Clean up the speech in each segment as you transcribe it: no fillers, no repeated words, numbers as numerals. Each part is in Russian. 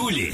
Юли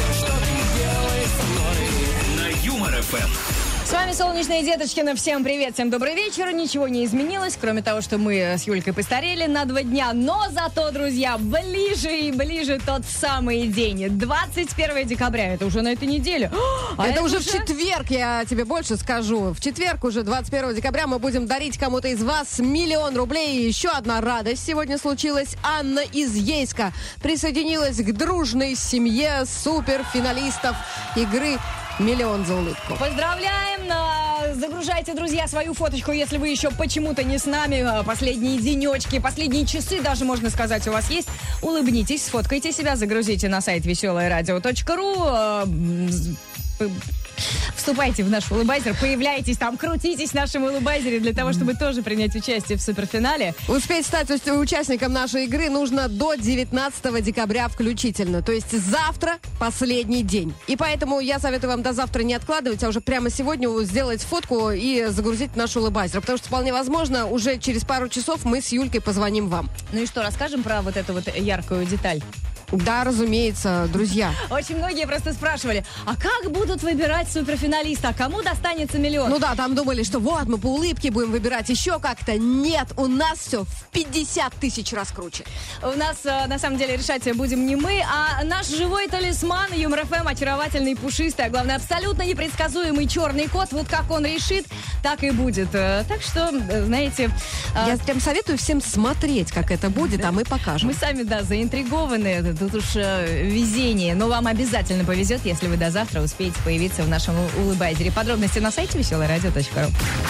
на Юмор ФМ. С вами Солнечная Деточкина. Всем привет, всем добрый вечер. Ничего не изменилось, кроме того, что мы с Юлькой постарели на 2 дня. Но зато, друзья, ближе и ближе тот самый день. 21 декабря. Это уже на этой неделе. Это уже в четверг, я тебе больше скажу. В четверг уже 21 декабря мы будем дарить кому-то из вас 1 000 000 рублей. И еще одна радость сегодня случилась. Анна из Ейска присоединилась к дружной семье суперфиналистов игры «Миллион за улыбку». Поздравляем! Загружайте, друзья, свою фоточку, если вы еще почему-то не с нами. Последние денечки, последние часы даже, можно сказать, у вас есть. Улыбнитесь, сфоткайте себя, загрузите на сайт веселорадио.ру. Вступайте в наш улыбайзер, появляйтесь там, крутитесь в нашем улыбайзере для того, чтобы тоже принять участие в суперфинале. Успеть стать участником нашей игры нужно до 19 декабря включительно. То есть завтра последний день. И поэтому я советую вам до завтра не откладывать, а уже прямо сегодня сделать фотку и загрузить в наш улыбайзер. Потому что вполне возможно, уже через пару часов мы с Юлькой позвоним вам. Ну и что, расскажем про вот эту вот яркую деталь? Да, разумеется, друзья. Очень многие просто спрашивали, а как будут выбирать суперфиналиста? Кому достанется 1 000 000? Ну да, там думали, что вот мы по улыбке будем выбирать еще как-то. Нет, у нас все в 50 000 раз круче. У нас, на самом деле, решать будем не мы, а наш живой талисман Юмор ФМ, очаровательный, пушистый, а главное, абсолютно непредсказуемый черный кот. Вот как он решит, так и будет. Так что, знаете... Я прям советую всем смотреть, как это будет, а мы покажем. Мы сами, да, заинтригованы. Тут уж везение. Но вам обязательно повезет, если вы до завтра успеете появиться в нашем улыбайзере. Подробности на сайте веселорадио.ру. 2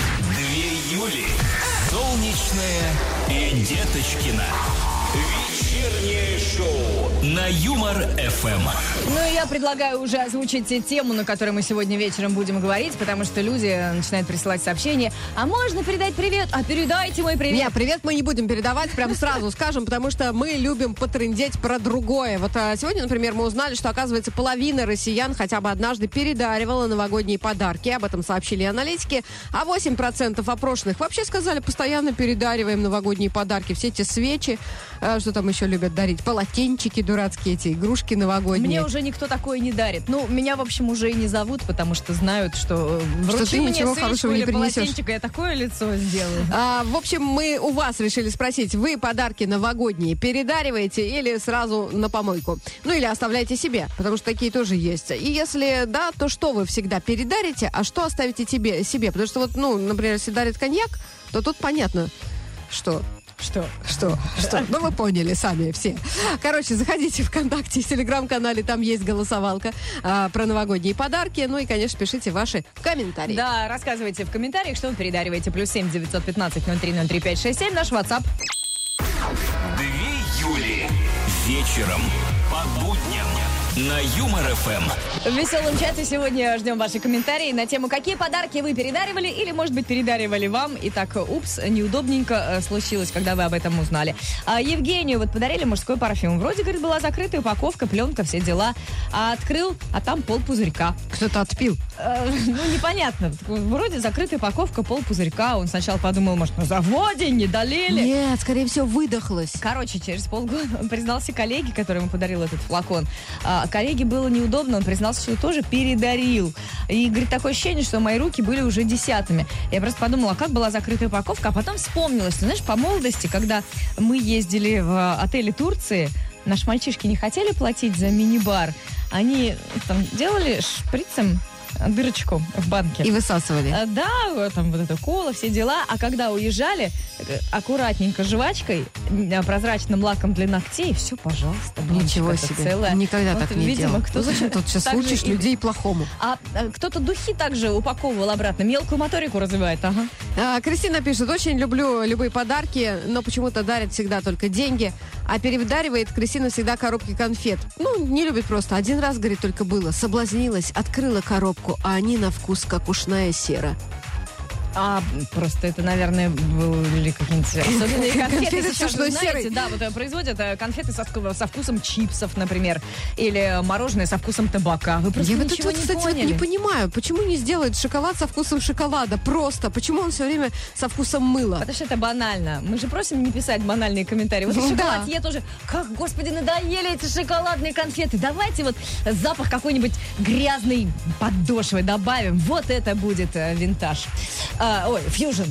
Юли. Солнечная и Деточкина. Вечернее шоу на Юмор ФМ. Ну и я предлагаю уже озвучить тему, на которой мы сегодня вечером будем говорить, потому что люди начинают присылать сообщения. А можно передать привет? А передайте мой привет. Нет, привет мы не будем передавать, прям сразу скажем, потому что мы любим потрындеть про другое. Вот сегодня, например, мы узнали, что, оказывается, половина россиян хотя бы однажды передаривала новогодние подарки. Об этом сообщили аналитики. А 8% опрошенных вообще сказали, постоянно передариваем новогодние подарки. Все эти свечи, что там еще любят дарить, полотенчики дурацкие, эти игрушки новогодние. Мне уже никто такое не дарит. Ну, меня, в общем, уже и не зовут, потому что знают, что вручи мне свечку или полотенчик, я такое лицо сделаю. В общем, мы у вас решили спросить, вы подарки новогодние передариваете или сразу на помойку? Ну, или оставляете себе, потому что такие тоже есть. И если да, то что вы всегда передарите, а что оставите себе? Потому что вот, ну, например, если дарит коньяк, то тут понятно, что... Что? Ну, вы поняли сами все. Короче, заходите в ВКонтакте, в Телеграм-канале, там есть голосовалка про новогодние подарки. Ну и, конечно, пишите ваши комментарии. Да, рассказывайте в комментариях, что вы передариваете. +7 915 0303 567, наш WhatsApp. 2 Юли. Вечером по будням на Юмор ФМ. В веселом чате сегодня ждем ваши комментарии на тему, какие подарки вы передаривали или, может быть, передаривали вам. И так, упс, неудобненько случилось, когда вы об этом узнали. Евгению вот подарили мужской парфюм. Вроде, говорит, была закрытая упаковка, пленка, все дела. А открыл, а там полпузырька. Кто-то отпил. Ну, непонятно. Вроде закрытая упаковка, полпузырька. Он сначала подумал, может, на заводе не долили. Нет, скорее всего, выдохлось. Короче, через полгода он признался коллеге, который ему подарил этот флакон. Коллеге было неудобно, он признался, что тоже передарил. И, говорит, такое ощущение, что мои руки были уже 10-ми. Я просто подумала, как была закрытая упаковка, а потом вспомнила, что, знаешь, по молодости, когда мы ездили в отеле Турции, наши мальчишки не хотели платить за мини-бар, они там делали шприцем дырочку в банке. И высасывали. Да, там вот это кола, все дела. А когда уезжали, аккуратненько жвачкой, прозрачным лаком для ногтей, все, пожалуйста. Ничего себе. Целое. Никогда вот, так не делал. Ну зачем тут сейчас учишь людей плохому? А кто-то духи также упаковывал обратно, мелкую моторику развивает. Ага. Кристина пишет, очень люблю любые подарки, но почему-то дарят всегда только деньги, а передаривает Кристина всегда коробки конфет. Ну, не любит просто. Один раз, говорит, только было. Соблазнилась, открыла коробку, а они на вкус как ушная сера. Просто это, наверное, были какие-нибудь особенные конфеты. Конфеты Сейчас вы знаете, цветной-серой. да, вот производят конфеты со вкусом чипсов, например, или мороженое со вкусом табака. Вы просто Я вот ничего это, не кстати, вот поняли. не понимаю, почему не сделают шоколад со вкусом шоколада? Просто. Почему он все время со вкусом мыла? Потому что это банально. Мы же просим не писать банальные комментарии. Вот в Да. шоколаде тоже, как, господи, надоели эти шоколадные конфеты. Давайте вот запах какой-нибудь грязной подошвы добавим. Вот это будет винтаж. Фьюжн.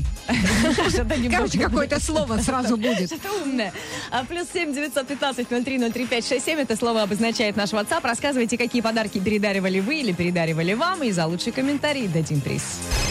Короче, какое-то слово сразу будет. Что-то умное. +7 915 03 03 567. Это слово обозначает наш WhatsApp. Рассказывайте, какие подарки передаривали вы или передаривали вам. И за лучший комментарий дадим приз.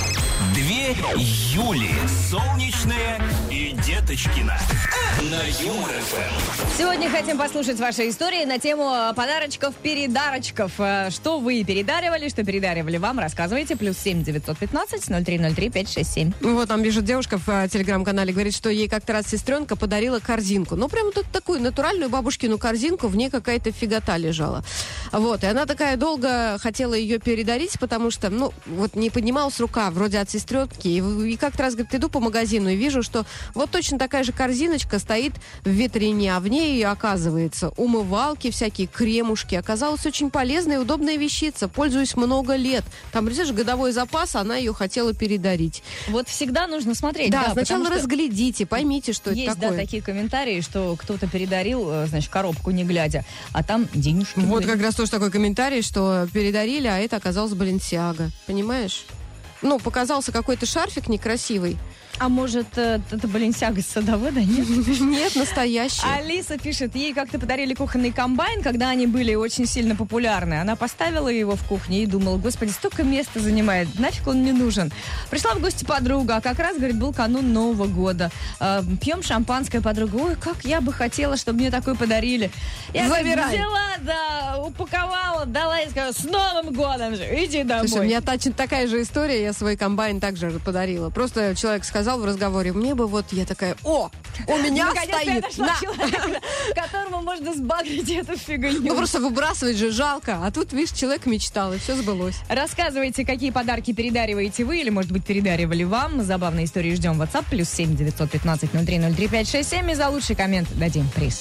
Две Юли. Солнечная и Деточкина. На Юмор ФМ. Сегодня хотим послушать ваши истории на тему подарочков-передарочков. Что вы передаривали, что передаривали вам, рассказывайте. +7 915 03 03 567. Вот там пишет девушка в телеграм-канале, говорит, что ей как-то раз сестренка подарила корзинку. Ну, прям тут такую натуральную бабушкину корзинку, в ней какая-то фигота лежала. Вот, и она такая долго хотела ее передарить, потому что, вот не поднималась рука, вроде от сестренки. И как-то раз, говорит, иду по магазину и вижу, что вот точно такая же корзиночка стоит в витрине, а в ней, оказывается, умывалки, всякие кремушки. Оказалась очень полезная и удобная вещица. Пользуюсь много лет. Там, представляешь, годовой запас, она ее хотела передарить. Вот всегда нужно смотреть. Да, сначала потому что разглядите, поймите, что это есть, такое. да, такие комментарии, что кто-то передарил, значит, коробку не глядя, а там денежки Вот были. как раз тоже такой комментарий, что передарили, а это оказалось Баленсиага. Понимаешь? Показался какой-то шарфик некрасивый. А может, это Баленсиага из садовода, нет? Нет, настоящий. Алиса пишет, ей как-то подарили кухонный комбайн, когда они были очень сильно популярны. Она поставила его в кухне и думала, господи, столько места занимает, нафиг он мне нужен. Пришла в гости подруга, а как раз, говорит, был канун Нового года. Пьем шампанское, подруга, ой, как я бы хотела, чтобы мне такой подарили. Я Забирай. взяла, да, упаковала, дала и сказала, с Новым годом же, иди домой. Слушай, у меня такая же история, я свой комбайн также подарила. Просто человек сказал в разговоре, мне бы я такая, у меня Наконец-то я стоит. нашла На. человека, которому можно сбагрить эту фигню. Просто выбрасывать же жалко. А тут, видишь, человек мечтал, и все сбылось. Рассказывайте, какие подарки передариваете вы или, может быть, передаривали вам. Забавные истории ждем в WhatsApp. +7 915 03 03 567. И за лучший коммент дадим приз.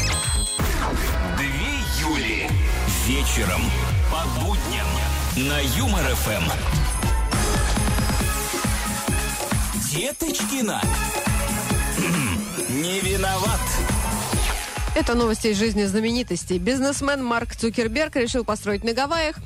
Две Юли. Вечером по будням на Юмор ФМ. Деточкина. Не виноват. Это новости из жизни знаменитостей. Бизнесмен Марк Цукерберг решил построить на Гавайях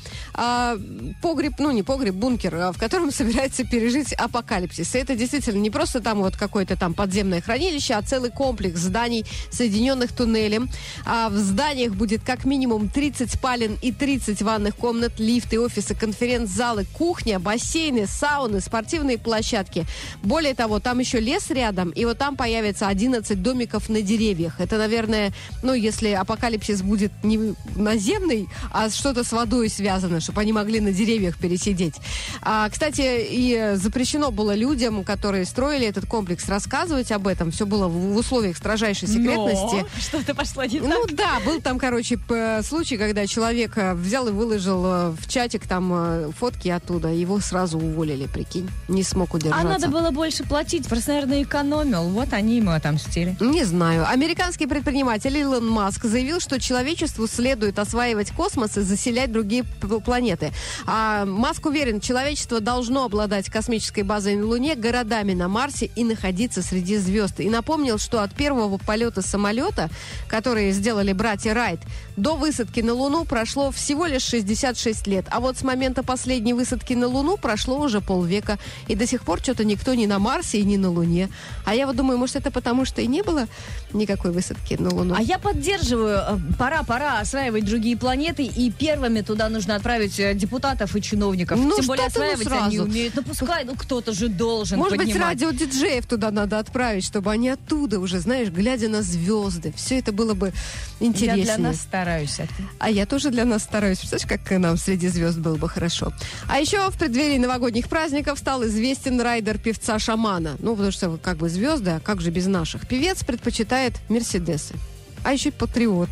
бункер, в котором собирается пережить апокалипсис. И это действительно не просто там какое-то там подземное хранилище, а целый комплекс зданий, соединенных туннелем. А в зданиях будет как минимум 30 спален и 30 ванных комнат, лифты, офисы, конференц-залы, кухня, бассейны, сауны, спортивные площадки. Более того, там еще лес рядом, и там появится 11 домиков на деревьях. Это, наверное, если апокалипсис будет не наземный, а что-то с водой связано, чтобы они могли на деревьях пересидеть. Кстати, и запрещено было людям, которые строили этот комплекс, рассказывать об этом. Все было в условиях строжайшей секретности. Но что-то пошло не так. Да, был там, случай, когда человек взял и выложил в чатик там фотки оттуда, его сразу уволили, прикинь. Не смог удержаться. А надо было больше платить, просто, наверное, экономил. Вот они ему отомстили. Не знаю. Американский предприниматель Илон Маск заявил, что человечеству следует осваивать космос и заселять другие планеты. А Маск уверен, человечество должно обладать космической базой на Луне, городами на Марсе и находиться среди звезд. И напомнил, что от первого полета самолета, который сделали братья Райт, до высадки на Луну прошло всего лишь 66 лет. А вот с момента последней высадки на Луну прошло уже полвека. И до сих пор что-то никто ни на Марсе и ни на Луне. А я думаю, может, это потому, что и не было никакой высадки на Луну. А я поддерживаю. Пора осваивать другие планеты, и первыми туда нужно отправить депутатов и чиновников. Тем более осваивать они умеют. Пускай, кто-то же должен Может быть, поднимать. радиодиджеев туда надо отправить, чтобы они оттуда уже, знаешь, глядя на звезды. Все это было бы интереснее. Я для нас стараюсь. А я тоже для нас стараюсь. Представляешь, как нам среди звезд было бы хорошо. А еще в преддверии новогодних праздников стал известен райдер певца Шамана. Потому что звезды, а как же без наших? Певец предпочитает Мерседесы. А еще и патриот.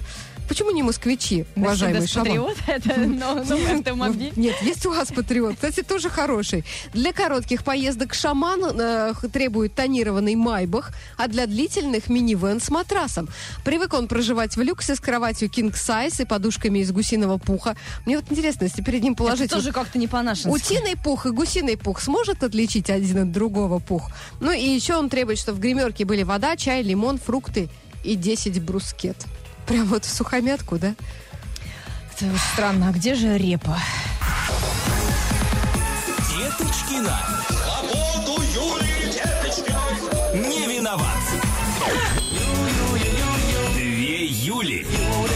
Почему не москвичи, уважаемый Шаман? Патриот, это новый автомобиль. Нет, есть у вас Патриот. Кстати, тоже хороший. Для коротких поездок Шаман требует тонированный Майбах, а для длительных минивэн с матрасом. Привык он проживать в люксе с кроватью King Size и подушками из гусиного пуха. Мне вот интересно, если перед ним положить... Это тоже как-то не по-нашему. Утиный пух и гусиный пух сможет отличить один от другого пух? Ну и еще он требует, чтобы в гримерке были вода, чай, лимон, фрукты и 10 брускет. Прям вот в сухомятку, да? Это странно, а где же репа? Деточкина. Свободу Юлии Деточкиной. Не виноват. Две Юли.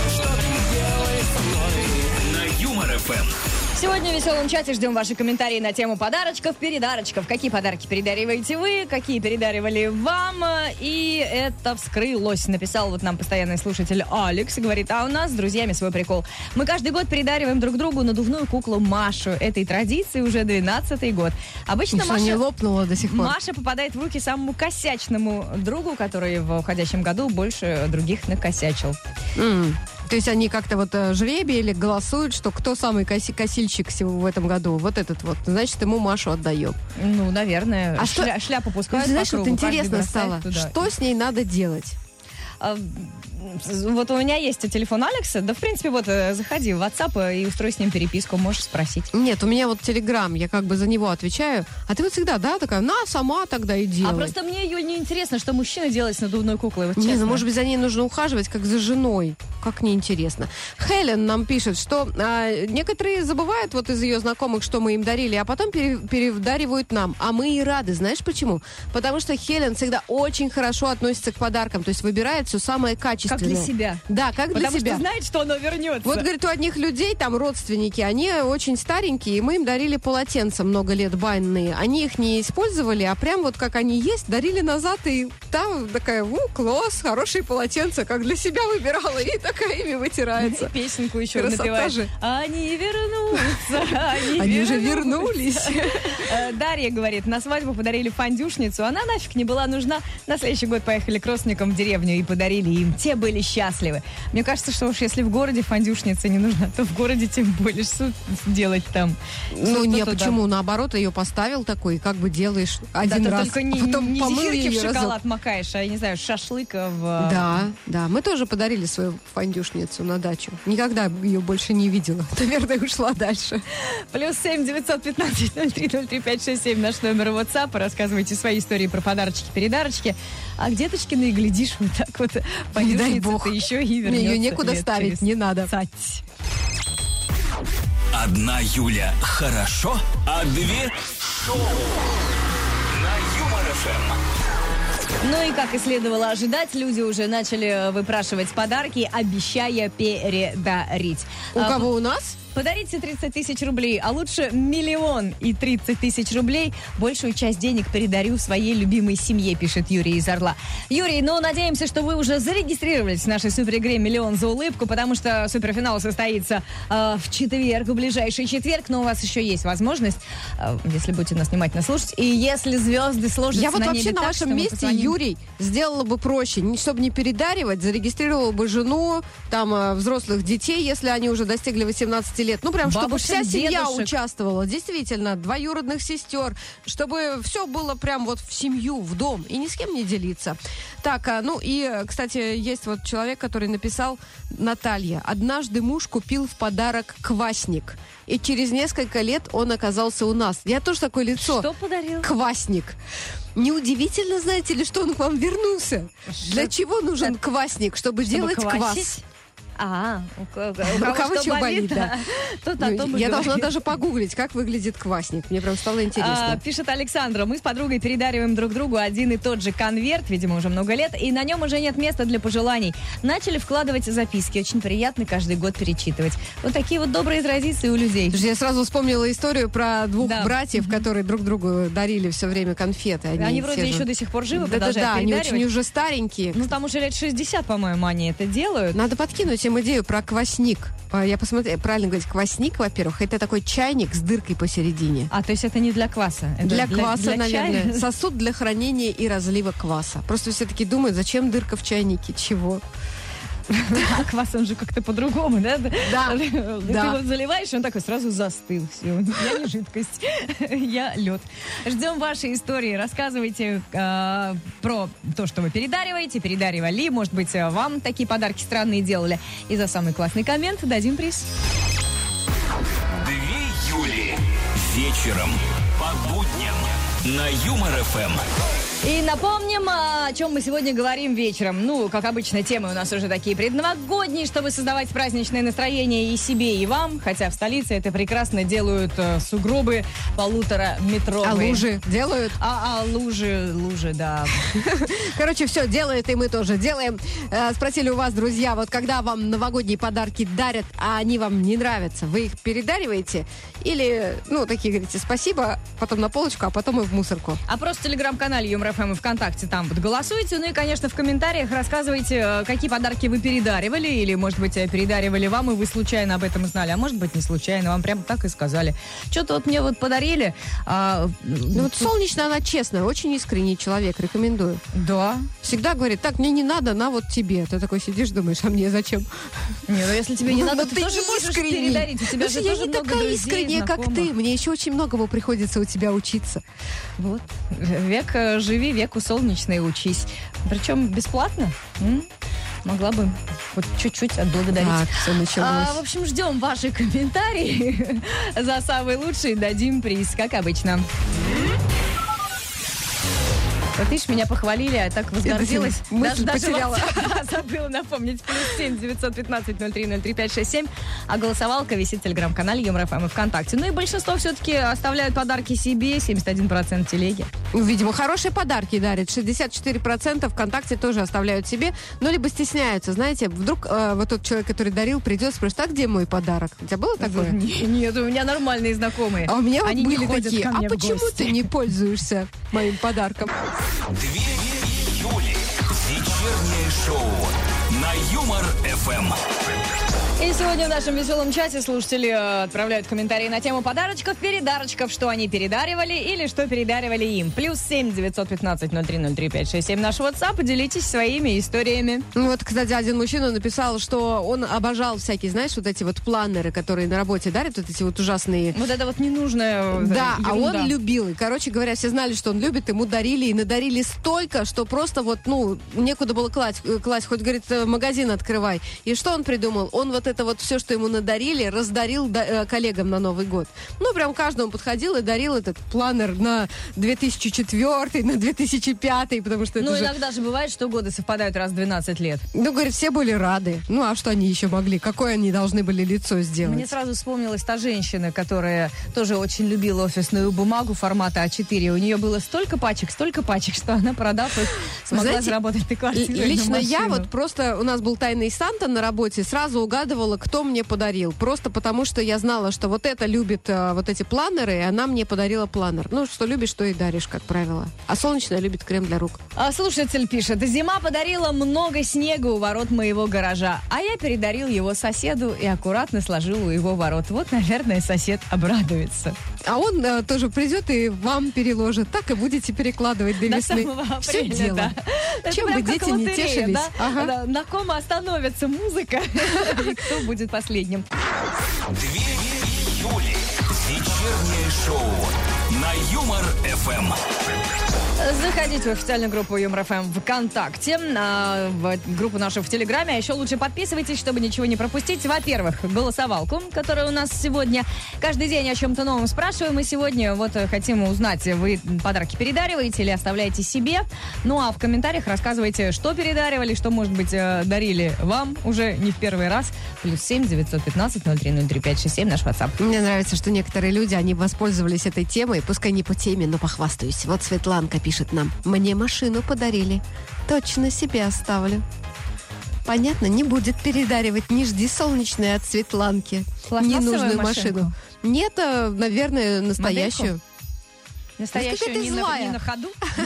На Юмор ФМ. Сегодня в веселом чате ждем ваши комментарии на тему подарочков, передарочков. Какие подарки передариваете вы, какие передаривали вам. И это вскрылось. Написал вот нам постоянный слушатель Алекс. Говорит, а у нас с друзьями свой прикол. Мы каждый год передариваем друг другу надувную куклу Машу. Этой традиции уже 12-й год. Обычно Маша не лопнула до сих пор. Маша попадает в руки самому косячному другу, который в уходящем году больше других накосячил. То есть они как-то вот жребий или голосуют, что кто самый косильщик в этом году? Вот этот вот. Значит, ему Машу отдаем. Ну, наверное. А шляпу пускают по знаешь, кругу, вот интересно стало, туда. что с ней надо делать? Вот у меня есть телефон Алекса. Да, в принципе, вот заходи в WhatsApp и устрой с ним переписку, можешь спросить. Нет, у меня вот Telegram, я как бы за него отвечаю. А ты вот всегда, да, такая, сама тогда и делай. А просто мне, Юль, не интересно, что мужчина делает с надувной куклой, вот Не, честно. ну, может быть, за ней нужно ухаживать, как за женой. Как неинтересно. Хелен нам пишет, что некоторые забывают вот из ее знакомых, что мы им дарили, а потом передаривают нам. А мы и рады. Знаешь почему? Потому что Хелен всегда очень хорошо относится к подаркам. То есть выбирает все самое качественное. Как для себя. Да, как для себя. Потому что знает, что оно вернется. Вот, говорит, у одних людей, там, родственники, они очень старенькие, и мы им дарили полотенца много лет банные. Они их не использовали, а прям вот как они есть, дарили назад, и там такая, класс, хорошие полотенца, как для себя выбирала, и такая ими вытирается. Песенку еще Красота напевает. же. Они вернутся, Они уже вернулись. Дарья говорит, на свадьбу подарили фондюшницу, она нафиг не была нужна. На следующий год поехали к родственникам в деревню и подарили им. Те были счастливы. Мне кажется, что уж если в городе фондюшница не нужна, то в городе тем более что делать там. Ну, не, почему? Наоборот, ее поставил такой, как бы делаешь один раз, только не, а потом не помыл зефирки ее в шоколад разок. макаешь, а, я не знаю, шашлык в... Да, мы тоже подарили свою фондюшницу на дачу. Никогда ее больше не видела. Наверное, ушла дальше. +7 915 03 03 567 наш номер WhatsApp. Рассказывайте свои истории про подарочки-передарочки. А к Деточкиной, глядишь, вот так вот Не дай бог. фондюшница-то еще и вернется. Ее некуда лет ставить, через не надо. 20. Одна Юля хорошо, а две шоу на Юмор ФМ. Ну и, как и следовало ожидать, люди уже начали выпрашивать подарки, обещая передарить. У кого у нас? Подарите 30 тысяч рублей, а лучше 1 330 000 рублей. Большую часть денег передарю своей любимой семье, пишет Юрий из Орла. Юрий, ну, надеемся, что вы уже зарегистрировались в нашей суперигре «Миллион за улыбку», потому что суперфинал состоится в четверг, в ближайший четверг, но у вас еще есть возможность, если будете нас внимательно слушать, и если звезды сложатся Я вот на вообще небе на так, что вашем мы месте, позвоним. Юрий, сделала бы проще. Чтобы не передаривать, зарегистрировала бы жену, там, взрослых детей, если они уже достигли 18 лет. Ну, прям, чтобы Бабушек, вся семья дедушек. участвовала. Действительно, двоюродных сестер. Чтобы все было прям вот в семью, в дом. И ни с кем не делиться. Так, ну и, кстати, есть вот человек, который написал, Наталья. Однажды муж купил в подарок квасник. И через несколько лет он оказался у нас. Я тоже такое лицо. Что подарил? Квасник. Неудивительно, знаете ли, что он к вам вернулся? Для чего нужен квасник? Чтобы делать квас. квасить? У кого кого что болит, да. Тот о том и Я должна говорит. даже погуглить, как выглядит квасник. Мне прям стало интересно. Пишет Александра, мы с подругой передариваем друг другу один и тот же конверт, видимо, уже много лет, и на нем уже нет места для пожеланий. Начали вкладывать записки, очень приятно каждый год перечитывать. Вот такие вот добрые традиции у людей. Слушай, я сразу вспомнила историю про двух Да. братьев, которые друг другу дарили все время конфеты. Они вроде все же- еще до сих пор живы, Да, продолжают они передаривать. очень уже старенькие. Ну, там уже лет 60, по-моему, они это делают. Надо подкинуть им идею про квасник. Я посмотрела, правильно говорить, квасник, во-первых, это такой чайник с дыркой посередине. То есть это не для кваса? Это Для кваса, для наверное. чая? Сосуд для хранения и разлива кваса. Просто все таки думают, зачем дырка в чайнике, чего? А квас, он же как-то по-другому, да? Да. Ты его заливаешь, он такой сразу застыл. Все, я не жидкость, я лед. Ждем ваши истории. Рассказывайте про то, что вы передаривали. Может быть, вам такие подарки странные делали. И за самый классный коммент дадим приз. 2 Юли. Вечером по будням на Юмор ФМ. И напомним, о чем мы сегодня говорим вечером. Ну, как обычно, темы у нас уже такие предновогодние, чтобы создавать праздничное настроение и себе, и вам. Хотя в столице это прекрасно делают сугробы 1,5-метровые. А лужи делают? Лужи, да. Короче, все делает, и мы тоже делаем. Спросили у вас, друзья, вот когда вам новогодние подарки дарят, а они вам не нравятся, вы их передариваете? Или, такие говорите, спасибо, потом на полочку, а потом и в мусорку? А просто в телеграм-канале Юмор ФМ и ВКонтакте там вот голосуйте. Ну и, конечно, в комментариях рассказывайте, какие подарки вы передаривали. Или, может быть, передаривали вам, и вы случайно об этом узнали. А может быть, не случайно, вам прям так и сказали. Что-то вот мне подарили. Солнечная, она честная, очень искренний человек, рекомендую. Да. Всегда говорит, так, мне не надо, на вот тебе. Ты такой сидишь, думаешь, а мне зачем? Не, если тебе не надо, ты тоже можешь передарить. У тебя же я тоже не много такая друзей, искренняя, как знакомых. ты. Мне еще очень многому приходится у тебя учиться. Вот. Век живи, веку солнечный учись. Причем бесплатно. Могла бы хоть чуть-чуть отблагодарить. Так, все началось. В общем, ждем ваши комментарии. За самый лучший дадим приз, как обычно. Вот видишь, меня похвалили, я так возгордилась. Мысль Даже потеряла. забыла напомнить. +7 915 03 03 567. А голосовалка висит в телеграм-канале Юмор ФМ и ВКонтакте. Ну и большинство все-таки оставляют подарки себе. 71% телеги. Видимо, хорошие подарки дарят. 64% ВКонтакте тоже оставляют себе. Но либо стесняются. Знаете, вдруг вот тот человек, который дарил, придет, спросит, а где мой подарок? У тебя было такое? Нет, у меня нормальные знакомые. А у меня Они были не ходят такие. ко мне А в почему гости? ты не пользуешься моим подарком? 2 Юли. Вечернее шоу на Юмор ФМ. И сегодня в нашем веселом чате слушатели отправляют комментарии на тему подарочков, передарочков, что они передаривали или что передаривали им. +7 915 03 03 567 наш WhatsApp. Поделитесь своими историями. Вот, кстати, один мужчина написал, что он обожал всякие, знаешь, вот эти вот планеры, которые на работе дарят, вот эти вот ужасные. Вот это вот ненужное. Да, а ерунда. он любил. И, короче говоря, все знали, что он любит, ему дарили и надарили столько, что просто вот, некуда было класть, хоть, говорит, магазин открывай. И что он придумал? Он вот это вот все, что ему надарили, раздарил коллегам на Новый год. Прям каждому подходил и дарил этот планер на 2004, на 2005, потому что это же... иногда же бывает, что годы совпадают раз в 12 лет. Говорит, все были рады. А что они еще могли? Какое они должны были лицо сделать? Мне сразу вспомнилась та женщина, которая тоже очень любила офисную бумагу формата А4. У нее было столько пачек, что она, продав их, смогла Знаете, заработать на квартиру. Лично я вот просто, у нас был тайный Санта на работе, сразу угадывала, кто мне подарил. Просто потому, что я знала, что вот это любит вот эти планеры, и она мне подарила планер. Что любишь, то и даришь, как правило. А солнечная любит крем для рук. Слушатель пишет: зима подарила много снега у ворот моего гаража, а я передарил его соседу и аккуратно сложил у его ворот. Вот, наверное, сосед обрадуется. А он тоже придет и вам переложит. Так и будете перекладывать до весны. До самого Все апреля, дело. да. Чем Это бы прям как дети не лотерея, тешились. да? Ага. Да, на ком остановится музыка и кто будет последним. 2 Юли. Вечернее шоу на Юмор ФМ. Заходите в официальную группу Юмор ФМ ВКонтакте, в группу нашу в Телеграме. А еще лучше подписывайтесь, чтобы ничего не пропустить. Во-первых, голосовалку, которая у нас сегодня. Каждый день о чем-то новом спрашиваем. И сегодня хотим узнать, вы подарки передариваете или оставляете себе. А в комментариях рассказывайте, что передаривали, что, может быть, дарили вам уже не в первый раз. +7 915 03 03 567 наш WhatsApp. Мне нравится, что некоторые люди, они воспользовались этой темой, пускай не по теме, но похвастаюсь. Вот Светланка пишет нам: мне машину подарили, точно себе оставлю. Понятно, не будет передаривать, не жди солнечное от Светланки. Пластмассовую Ненужную машинку? машину. Нет, наверное, настоящую. Настоящую ты не злая. на ходу.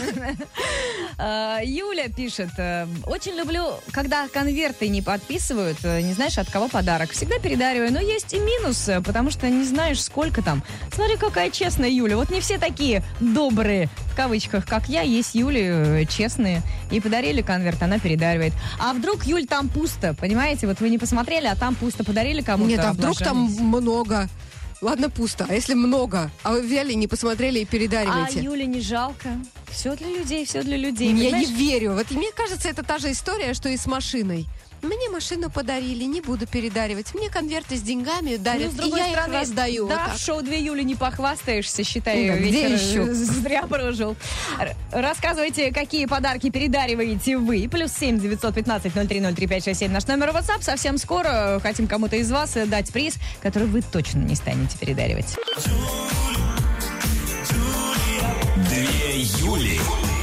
Юля пишет, очень люблю, когда конверты не подписывают, не знаешь, от кого подарок. Всегда передариваю, но есть и минус, потому что не знаешь, сколько там. Смотри, какая честная Юля. Вот не все такие добрые, в кавычках, как я. Есть Юли честные. Ей подарили конверт, она передаривает. А вдруг, Юль, там пусто, понимаете? Вот вы не посмотрели, а там пусто. Подарили кому-то. Нет, а вдруг там облажались. много? Ладно, пусто. А если много? А вы взяли, не посмотрели и А передариваете? Юле не жалко. Все для людей, все для людей. Я Понимаешь? не верю. Вот и мне кажется, это та же история, что и с машиной. Мне машину подарили, не буду передаривать. Мне конверты с деньгами дарят, Ну, с и другой я их стороны, раздаю. Да, Вот так. в шоу 2 Юли не похвастаешься, считай, Да, где вечер еще? зря прожил. Рассказывайте, какие подарки передариваете вы. +7 915 0303 567 наш номер WhatsApp. Совсем скоро хотим кому-то из вас дать приз, который вы точно не станете передаривать. 2 Юли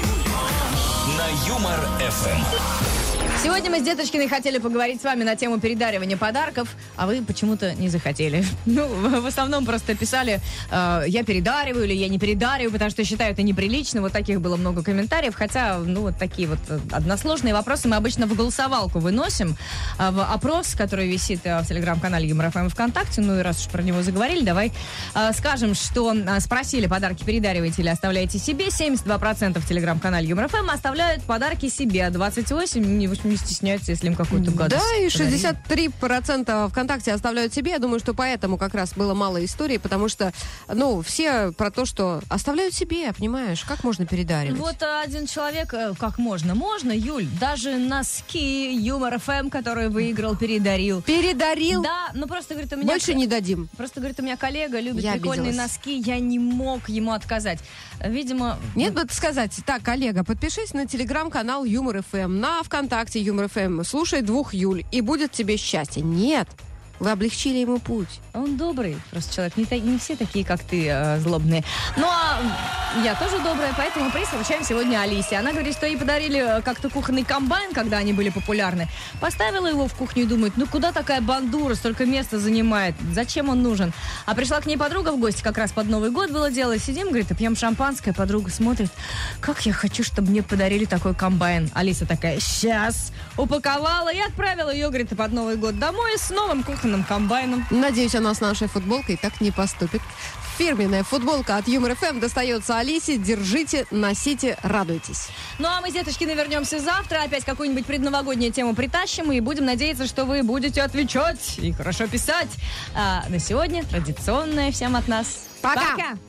на Юмор ФМ. Сегодня мы с Деточкиной хотели поговорить с вами на тему передаривания подарков, а вы почему-то не захотели. Ну, в основном просто писали, я передариваю или я не передариваю, потому что считаю это неприлично. Вот таких было много комментариев. Хотя, ну, вот такие вот односложные вопросы мы обычно в голосовалку выносим. В опрос, который висит в телеграм-канале Юмор ФМ и ВКонтакте. Ну, и раз уж про него заговорили, давай скажем, что спросили, подарки передариваете или оставляете себе. 72% в телеграм-канале Юмор ФМ оставляют подарки себе, а 28% не стесняются, если им какую-то гадость Да, и подарили. 63% ВКонтакте оставляют себе. Я думаю, что поэтому как раз было мало историй, потому что, ну, все про то, что оставляют себе, понимаешь, как можно передаривать. Вот один человек, как можно? Можно, Юль, даже носки Юмор ФМ, который выиграл, передарил. Передарил? Да, ну просто, говорит, у меня... Больше не дадим. Просто, говорит, у меня коллега любит Я прикольные обиделась. носки, я не мог ему отказать. Видимо... Нет, вот сказать, так, коллега, подпишись на телеграм-канал Юмор ФМ, на ВКонтакте Юмор ФМ, слушай 2 Юль, и будет тебе счастье. Нет, вы облегчили ему путь. Он добрый просто человек, не все такие, как ты, злобные. Ну, а я тоже добрая, поэтому приз вручаем сегодня Алисе. Она говорит, что ей подарили как-то кухонный комбайн, когда они были популярны. Поставила его в кухню и думает, ну куда такая бандура, столько места занимает, зачем он нужен? А пришла к ней подруга в гости, как раз под Новый год было дело, сидим, говорит, и пьем шампанское, подруга смотрит, как я хочу, чтобы мне подарили такой комбайн. Алиса такая, сейчас, упаковала и отправила ее, говорит, под Новый год домой с новым кухонным комбайном. Надеюсь, она с нашей футболкой так не поступит. Фирменная футболка от Юмор ФМ достается Алисе. Держите, носите, радуйтесь. Ну а мы с Деточкиной вернемся завтра. Опять какую-нибудь предновогоднюю тему притащим. И будем надеяться, что вы будете отвечать и хорошо писать. А на сегодня традиционное всем от нас. Пока!